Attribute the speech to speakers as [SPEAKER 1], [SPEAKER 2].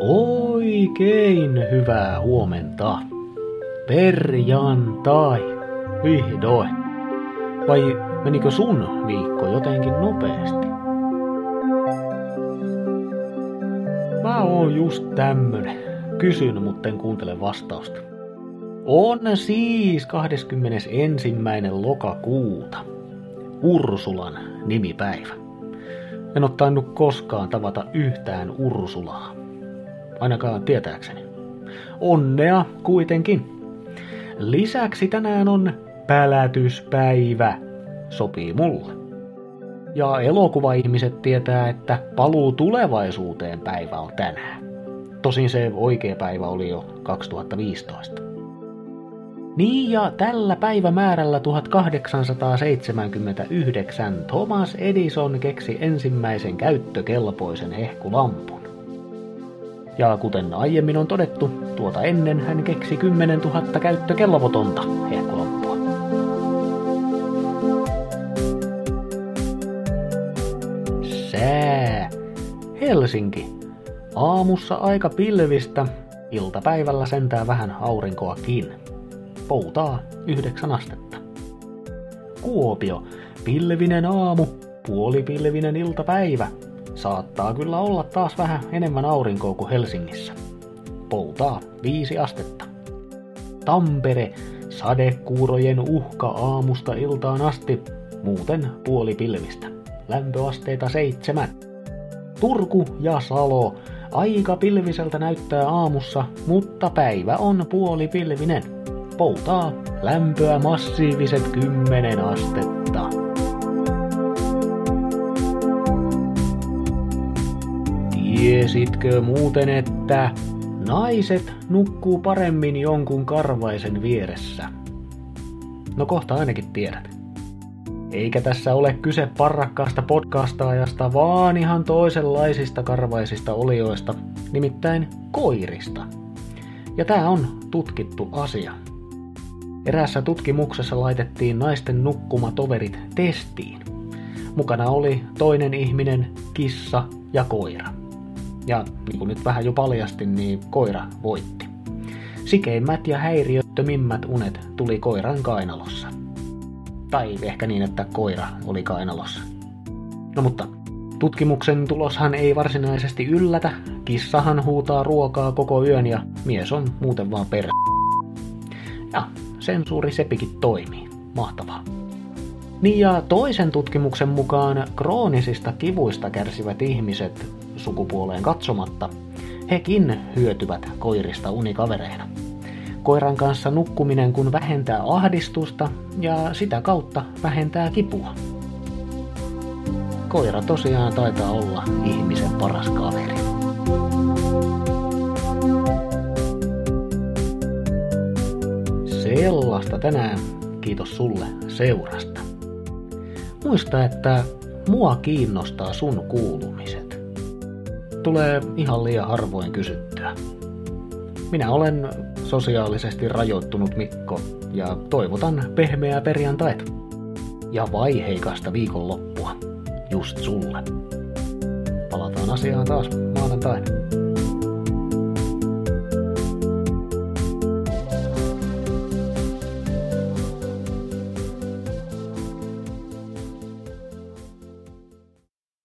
[SPEAKER 1] Oikein hyvää huomenta. Perjantai. Vihdoin. Vai menikö sun viikko jotenkin nopeasti? Mä oon just tämmönen. Kysyn, mutta en kuuntele vastausta. On siis 21. lokakuuta. Ursulan nimipäivä. En oo tainnut koskaan tavata yhtään Ursulaa. Ainakaan tietääkseni. Onnea kuitenkin. Lisäksi tänään on pälätyspäivä. Sopii mulle. Ja elokuvaihmiset tietää, että paluu tulevaisuuteen päivä on tänään. Tosin se oikea päivä oli jo 2015. Niin ja tällä päivämäärällä 1879 Thomas Edison keksi ensimmäisen käyttökelpoisen hehkulampun. Ja kuten aiemmin on todettu, tuota ennen hän keksi 10 000 käyttökelvotonta hehkulampua. Sää. Helsinki. Aamussa aika pilvistä, iltapäivällä sentää vähän aurinkoakin. Poutaa 9 astetta. Kuopio. Pilvinen aamu, puolipilvinen iltapäivä. Saattaa kyllä olla taas vähän enemmän aurinkoa kuin Helsingissä. Poutaa 5 astetta. Tampere. Sadekuurojen uhka aamusta iltaan asti, muuten puolipilvistä. Lämpöasteita 7. Turku ja Salo. Aika pilviseltä näyttää aamussa, mutta päivä on puolipilvinen. Poutaa lämpöä massiiviset 10 astetta. Tiesitkö muuten, että naiset nukkuu paremmin jonkun karvaisen vieressä? No kohta ainakin tiedät. Eikä tässä ole kyse parrakkaasta podcastaajasta, vaan ihan toisenlaisista karvaisista olioista, nimittäin koirista. Ja tää on tutkittu asia. Eräässä tutkimuksessa laitettiin naisten nukkumatoverit testiin. Mukana oli toinen ihminen, kissa ja koira. Ja niin kuin nyt vähän jo paljastin, niin koira voitti. Sikeimmät ja häiriöttömimmät unet tuli koiran kainalossa. Tai ehkä niin, että koira oli kainalossa. No mutta tutkimuksen tuloshan ei varsinaisesti yllätä. Kissahan huutaa ruokaa koko yön ja mies on muuten vaan Ja sensuuri sepikin toimii. Mahtavaa. Niin ja toisen tutkimuksen mukaan kroonisista kivuista kärsivät ihmiset sukupuoleen katsomatta, hekin hyötyvät koirista unikavereina. Koiran kanssa nukkuminen kun vähentää ahdistusta ja sitä kautta vähentää kipua. Koira tosiaan taitaa olla ihmisen paras kaveri. Sellaista tänään. Kiitos sulle seurasta. Muista, että mua kiinnostaa sun kuulumiset. Tulee ihan liian harvoin kysyttyä. Minä olen sosiaalisesti rajoittunut Mikko ja toivotan pehmeää perjantaita. Ja vaiheikasta viikonloppua just sulle. Palataan asiaan taas maanantaina.